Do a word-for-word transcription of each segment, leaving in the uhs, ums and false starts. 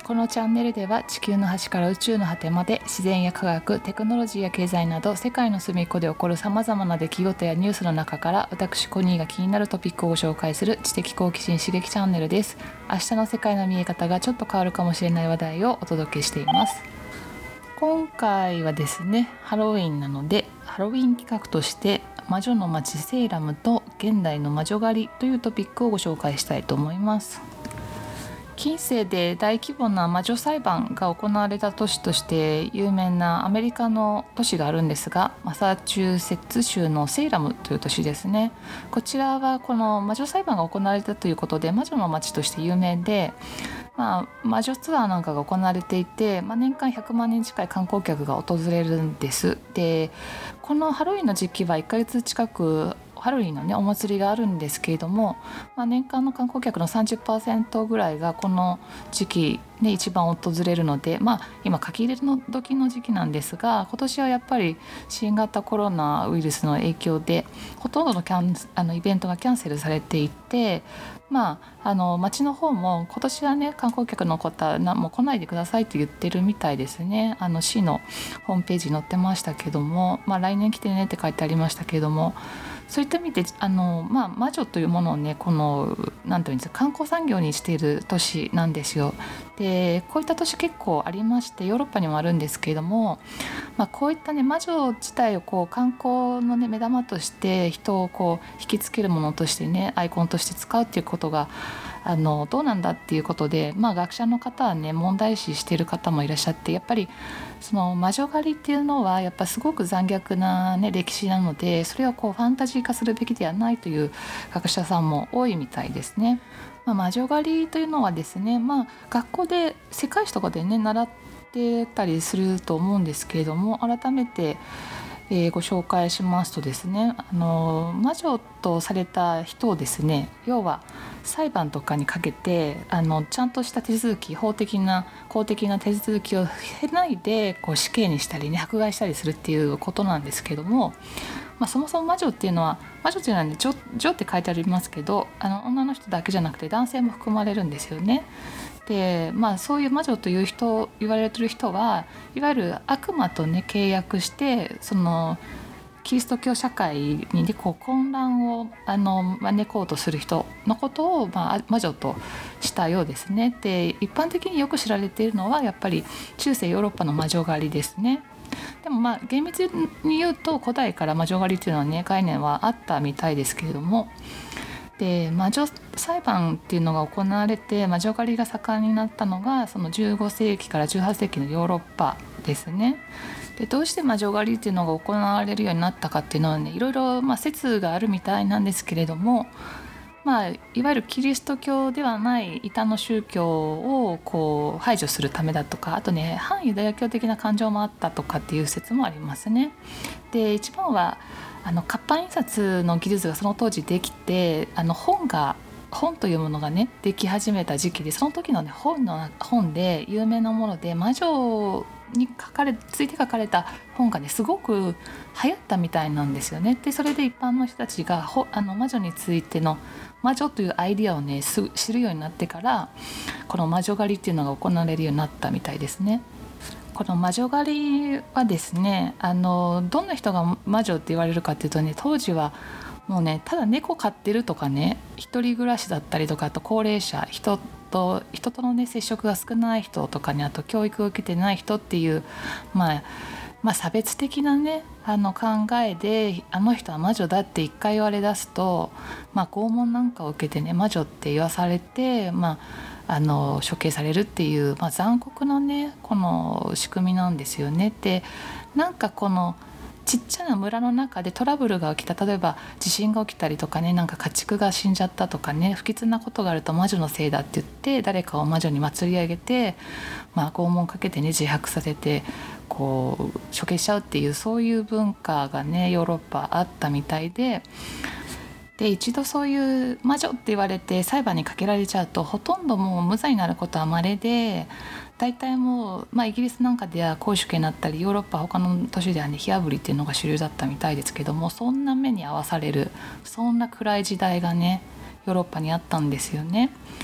このチャンネルでは地球の端から宇宙の果てまで自然や科学、テクノロジーや経済など世界の隅っこで起こるさまざまな出来事やニュースの中から私コニーが気になるトピックをご紹介する知的好奇心刺激チャンネルです。明日の世界の見え方がちょっと変わるかもしれない話題をお届けしています。今回はですね、ハロウィンなのでハロウィン企画として魔女の街セイラムと現代の魔女狩りというトピックをご紹介したいと思います。近世で大規模な魔女裁判が行われた都市として有名なアメリカの都市があるんですが、マサチューセッツ州のセイラムという都市ですね。こちらはこの魔女裁判が行われたということで魔女の街として有名で、まあ、魔女ツアーなんかが行われていて、まあ、年間ひゃくまんにん近い観光客が訪れるんです。で、このハロウィンの時期はいっかげつ近くハロウィンのねお祭りがあるんですけれども、まあ、年間の観光客の さんじゅっパーセント ぐらいがこの時期ね一番訪れるので、まあ今書き入れの時の時期なんですが、今年はやっぱり新型コロナウイルスの影響でほとんどのキャンあのイベントがキャンセルされていて、まああの町の方も今年はね観光客の方なもう来ないでくださいって言ってるみたいですね。あの市のホームページに載ってましたけども、まあ来年来てねって書いてありましたけども、そういった意味であの、まあ、魔女というものをねこのなんていうんですか、観光産業にしている都市なんですよ。でこういった都市結構ありまして、ヨーロッパにもあるんですけれども、まあ、こういったね魔女自体をこう観光の、ね、目玉として人をこう引きつけるものとしてねアイコンとして使うっていうことがあのどうなんだっていうことで、まあ、学者の方はね問題視している方もいらっしゃって、やっぱりその魔女狩りっていうのはやっぱすごく残虐な、ね、歴史なので、それをこうファンタジー化するべきではないという学者さんも多いみたいですね。まあ、魔女狩りというのはですね、まあ、学校で世界史とかでね習ってたりすると思うんですけれども、改めてえー、ご紹介しますとですね、あの魔女とされた人をですね、要は裁判とかにかけてあのちゃんとした手続き、法的な公的な手続きを経ないでこう死刑にしたりね迫害したりするっていうことなんですけども、まあ、そもそも魔女っていうのは魔女っていうのはね、女、女って書いてありますけど、あの女の人だけじゃなくて男性も含まれるんですよね。で、まあ、そういう魔女という人言われてる人はいわゆる悪魔とね契約して、そのキリスト教社会に、ね、こう混乱をあの招こうとする人のことを、まあ、魔女としたようですね。で一般的によく知られているのはやっぱり中世ヨーロッパの魔女狩りですね。でもまあ厳密に言うと古代から魔女狩りっていうのはね概念はあったみたいですけれども、で魔女裁判っていうのが行われて魔女狩りが盛んになったのがそのじゅうごせいきからじゅうはっせいきのヨーロッパですね。でどうして魔女狩りっていうのが行われるようになったかっていうのはね、いろいろまあ説があるみたいなんですけれども、まあ、いわゆるキリスト教ではない異端の宗教をこう排除するためだとか、あとね反ユダヤ教的な感情もあったとかっていう説もありますね。で一番はあの活版印刷の技術がその当時できて、あの本が本というものがねでき始めた時期で、その時の、ね、本の本で有名なもので魔女に書かれついて書かれた本がねすごく流行ったみたいなんですよね。でそれで一般の人たちがほあの魔女についての魔女というアイディアをねす知るようになってから、この魔女狩りっていうのが行われるようになったみたいですね。この魔女狩りはですね、あのどんな人が魔女って言われるかっていうとね、当時はもうねただ猫飼ってるとかね、一人暮らしだったりとか、あと高齢者、人と人とのね接触が少ない人とかね、あと教育を受けてない人っていう、まあまあ、差別的なねあの考えであの人は魔女だって一回言われ出すと、まあ、拷問なんかを受けてね魔女って言わされて、まあ、あの処刑されるっていう、まあ、残酷なねこの仕組みなんですよね。でなんかこのちっちゃな村の中でトラブルが起きた、例えば地震が起きたりとかね、なんか家畜が死んじゃったとかね、不吉なことがあると魔女のせいだって言って誰かを魔女に祭り上げて、まあ、拷問かけてね自白させてこう処刑しちゃうっていう、そういう文化がねヨーロッパあったみたいで、で一度そういう魔女って言われて裁判にかけられちゃうとほとんどもう無罪になることは稀で、大体もう、まあ、イギリスなんかでは絞首刑になったり、ヨーロッパ他の都市ではね火あぶりっていうのが主流だったみたいですけども、そんな目に遭わされる、そんな暗い時代がねヨーロッパにあったんですよね。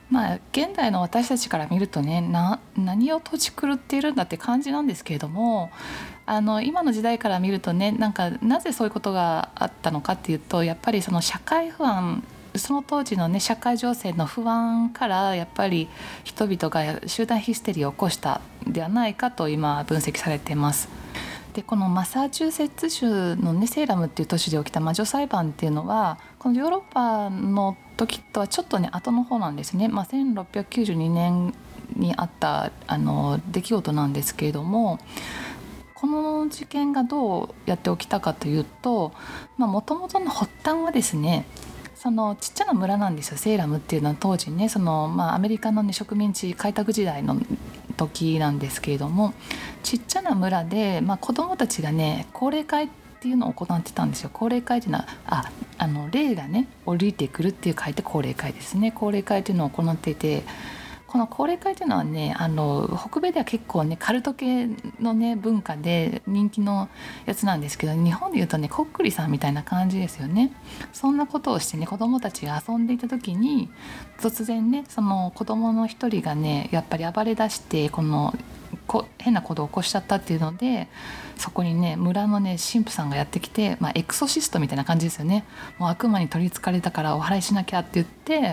まあ現代の私たちから見るとね、な何を土地狂っているんだって感じなんですけれども、あの今の時代から見るとね、なんかなぜそういうことがあったのかっていうと、やっぱりその社会不安、その当時のね社会情勢の不安からやっぱり人々が集団ヒステリーを起こしたんではないかと今分析されています。でこのマサチューセッツ州の、ね、セーラムっていう都市で起きた魔女裁判っていうのは、このヨーロッパの時とはちょっとね後の方なんですね。まあ、せんろっぴゃくきゅうじゅうにねんにあったあの出来事なんですけれども、この事件がどうやって起きたかというと、もともとの発端はですね、そのちっちゃな村なんですよ。セーラムっていうのは当時ね、その、まあ、アメリカの、ね、植民地開拓時代の時なんですけれども、ちっちゃな村で、まあ、子どもたちがね高齢会っていうのを行ってたんですよ。高齢会っていうのはああの霊がね降りてくるっていう書いて高齢会ですね。高齢会っていうのを行っていて、この高齢会というのはね、あの北米では結構ねカルト系のね文化で人気のやつなんですけど、日本でいうとねこっくりさんみたいな感じですよね。そんなことをしてね子どもたちが遊んでいた時に、突然ねその子どもの一人がねやっぱり暴れ出して、このこ変なことを起こしちゃったっていうので、そこにね村のね神父さんがやってきて、まあ、エクソシストみたいな感じですよね。もう悪魔に取りつかれたからお祓いしなきゃって言って、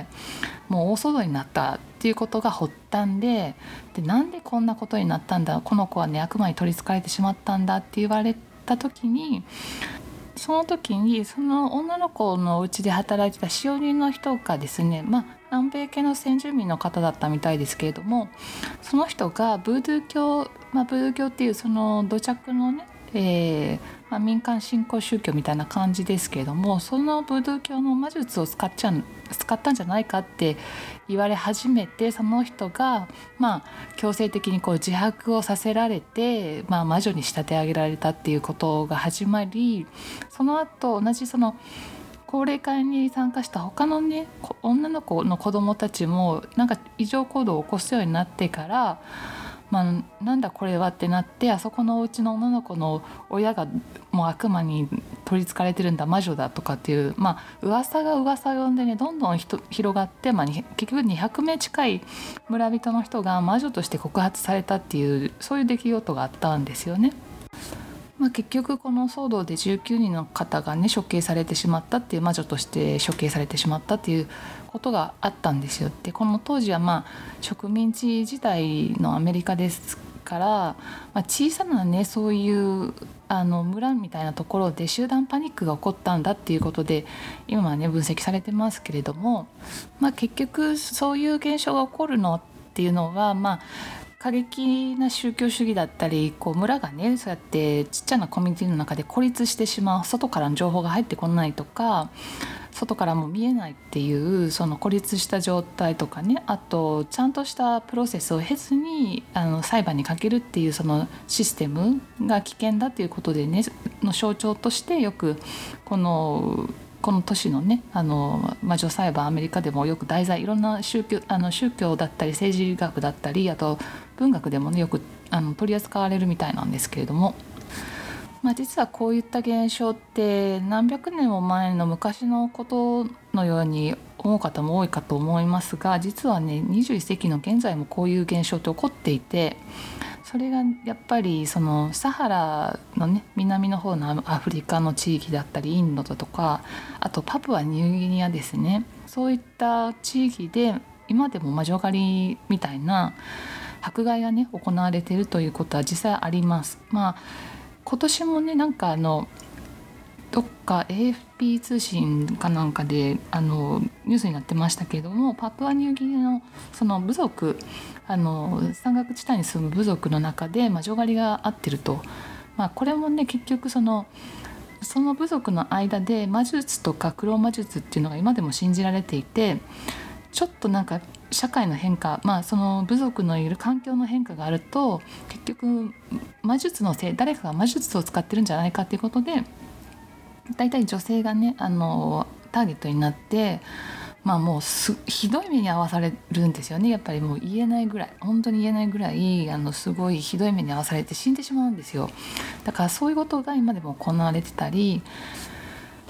もう大騒動になったっていうことが発端で、でなんでこんなことになったんだ、この子はね悪魔に取りつかれてしまったんだって言われた時に、その時にその女の子のお家で働いてた使用人の人がですね、まあ、南米系の先住民の方だったみたいですけれども、その人がブードゥー教、まあ、ブードゥー教っていうその土着のね、えーまあ、民間信仰宗教みたいな感じですけれども、そのブードゥー教の魔術を使っちゃ使ったんじゃないかって言われ始めて、その人が、まあ、強制的にこう自白をさせられて、まあ、魔女に仕立て上げられたっていうことが始まり、その後同じその高齢会に参加した他のね女の子の子供たちもなんか異常行動を起こすようになってから、まあ、なんだこれはってなって、あそこのお家の女の子の親がもう悪魔に取りつかれてるんだ、魔女だとかっていう、まあ噂が噂を呼んでねどんどん広がって、まあ、結局にひゃくめい近い村人の人が魔女として告発されたっていう、そういう出来事があったんですよね。まあ、結局この騒動でじゅうきゅうにんの方がね処刑されてしまったっていう、魔女として処刑されてしまったっていうことがあったんですよ。でこの当時はまあ植民地時代のアメリカですから、まあ、小さなねそういうあの村みたいなところで集団パニックが起こったんだっていうことで今はね分析されてますけれども、まあ、結局そういう現象が起こるのっていうのは、まあ過激な宗教主義だったり、こう村がねそうやってちっちゃなコミュニティの中で孤立してしまう、外からの情報が入ってこないとか、外からも見えないっていうその孤立した状態とかね、あとちゃんとしたプロセスを経ずにあの裁判にかけるっていうそのシステムが危険だっていうことでねの象徴としてよくこのこの都市のねあの魔女裁判、アメリカでもよく題材、いろんな宗教あの宗教だったり政治学だったり、あと文学でもねよくあの取り扱われるみたいなんですけれども、まあ、実はこういった現象って何百年も前の昔のことのように思う方も多いかと思いますが、実はねにじゅういっ世紀の現在もこういう現象って起こっていて、それがやっぱりそのサハラのね南の方のアフリカの地域だったりインドだとか、あとパプアニューギニアですね、そういった地域で今でも魔女狩りみたいな迫害がね行われているということは実際あります。まあ今年もねなんかあのどっか エーエフピー 通信かなんかであのニュースになってましたけれども、パプアニューギニアのその部族、あの山岳地帯に住む部族の中で魔女狩りがあってると、まあ、これもね結局そのその部族の間で魔術とか黒魔術っていうのが今でも信じられていて、ちょっとなんか社会の変化、まあ、その部族のいる環境の変化があると結局魔術のせい、誰かが魔術を使ってるんじゃないかっていうことでだいたい女性がねあのターゲットになって、まあもうすひどい目に遭わされるんですよね。やっぱりもう言えないぐらい、本当に言えないぐらいあのすごいひどい目に遭わされて死んでしまうんですよ。だからそういうことが今でも行われてたり、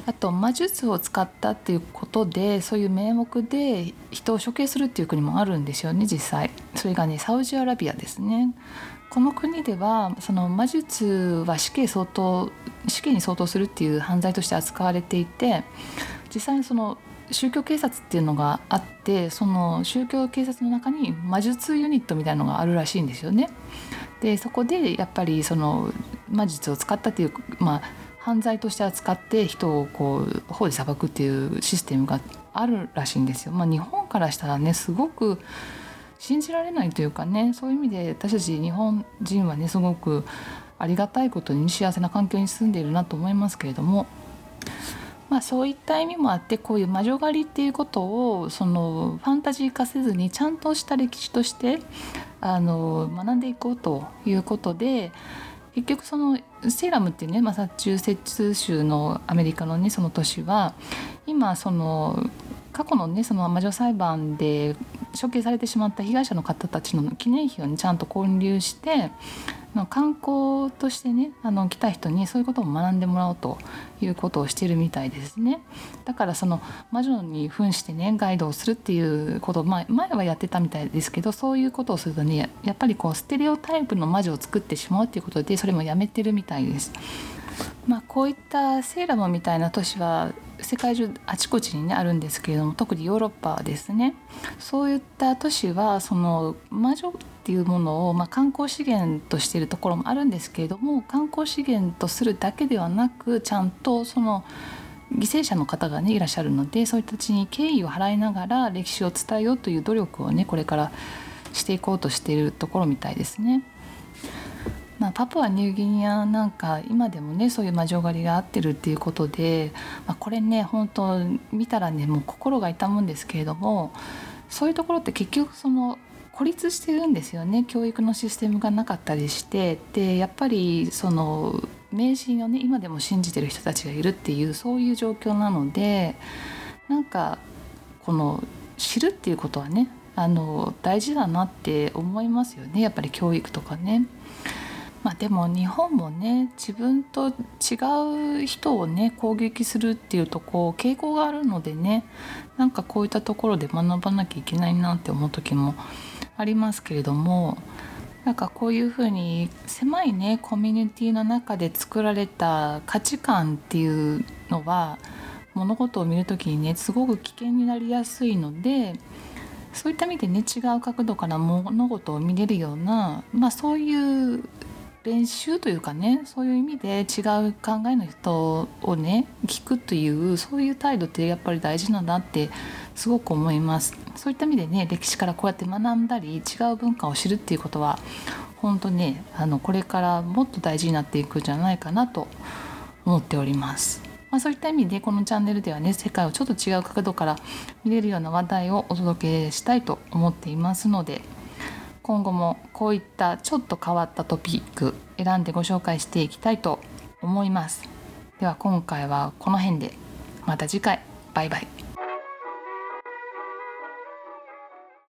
あと魔術を使ったっていうことでそういう名目で人を処刑するっていう国もあるんですよね実際。それがねサウジアラビアですね。この国ではその魔術は死刑相当死刑に相当するっていう犯罪として扱われていて、実際にその宗教警察っていうのがあって、その宗教警察の中に魔術ユニットみたいなのがあるらしいんですよね。でそこでやっぱりその魔術を使ったっていう、まあ、犯罪として扱って人をこう法で裁くっていうシステムがあるらしいんですよ。まあ、日本からしたらねすごく信じられないというかね、そういう意味で私たち日本人はねすごくありがたいことに幸せな環境に住んでいるなと思いますけれども、まあ、そういった意味もあってこういう魔女狩りっていうことをそのファンタジー化せずにちゃんとした歴史としてあの学んでいこうということで、結局そのセーラムっていうねマサチューセッツ州のアメリカのねその都市は今その過去のねその魔女裁判で処刑されてしまった被害者の方たちの記念碑を、ね、ちゃんと建立して観光としてねあの来た人にそういうことを学んでもらおうということをしているみたいですね。だからその魔女に扮してねガイドをするっていうことを、まあ、前はやってたみたいですけど、そういうことをするとねやっぱりこうステレオタイプの魔女を作ってしまうっていうことでそれもやめてるみたいです。まあ、こういったセーラムみたいな都市は世界中あちこちに、ね、あるんですけれども、特にヨーロッパですね。そういった都市はその魔女っていうものを、まあ、観光資源としているところもあるんですけれども、観光資源とするだけではなくちゃんとその犠牲者の方が、ね、いらっしゃるので、そういう人たちに敬意を払いながら歴史を伝えようという努力をねこれからしていこうとしているところみたいですね。まあ、パプアニューギニアなんか今でもねそういう魔女狩りがあってるっていうことで、まあ、これね本当見たらねもう心が痛むんですけれども、そういうところって結局その孤立してるんですよね。教育のシステムがなかったりして、でやっぱりその迷信をね今でも信じてる人たちがいるっていうそういう状況なので、なんかこの知るっていうことはねあの大事だなって思いますよね、やっぱり教育とかね。まあ、でも日本もね自分と違う人をね攻撃するっていうとこう傾向があるのでね、なんかこういったところで学ばなきゃいけないなって思う時もありますけれども、なんかこういうふうに狭いねコミュニティの中で作られた価値観っていうのは物事を見るときにねすごく危険になりやすいので、そういった意味でね違う角度から物事を見れるような、まあ、そういう練習というかね、そういう意味で違う考えの人をね聞くというそういう態度ってやっぱり大事なんだってすごく思います。そういった意味でね歴史からこうやって学んだり違う文化を知るっていうことは本当ねあのこれからもっと大事になっていくんじゃないかなと思っております。まあ、そういった意味でこのチャンネルではね世界をちょっと違う角度から見れるような話題をお届けしたいと思っていますので、今後もこういったちょっと変わったトピック選んでご紹介していきたいと思います。では今回はこの辺で、また次回、バイバイ。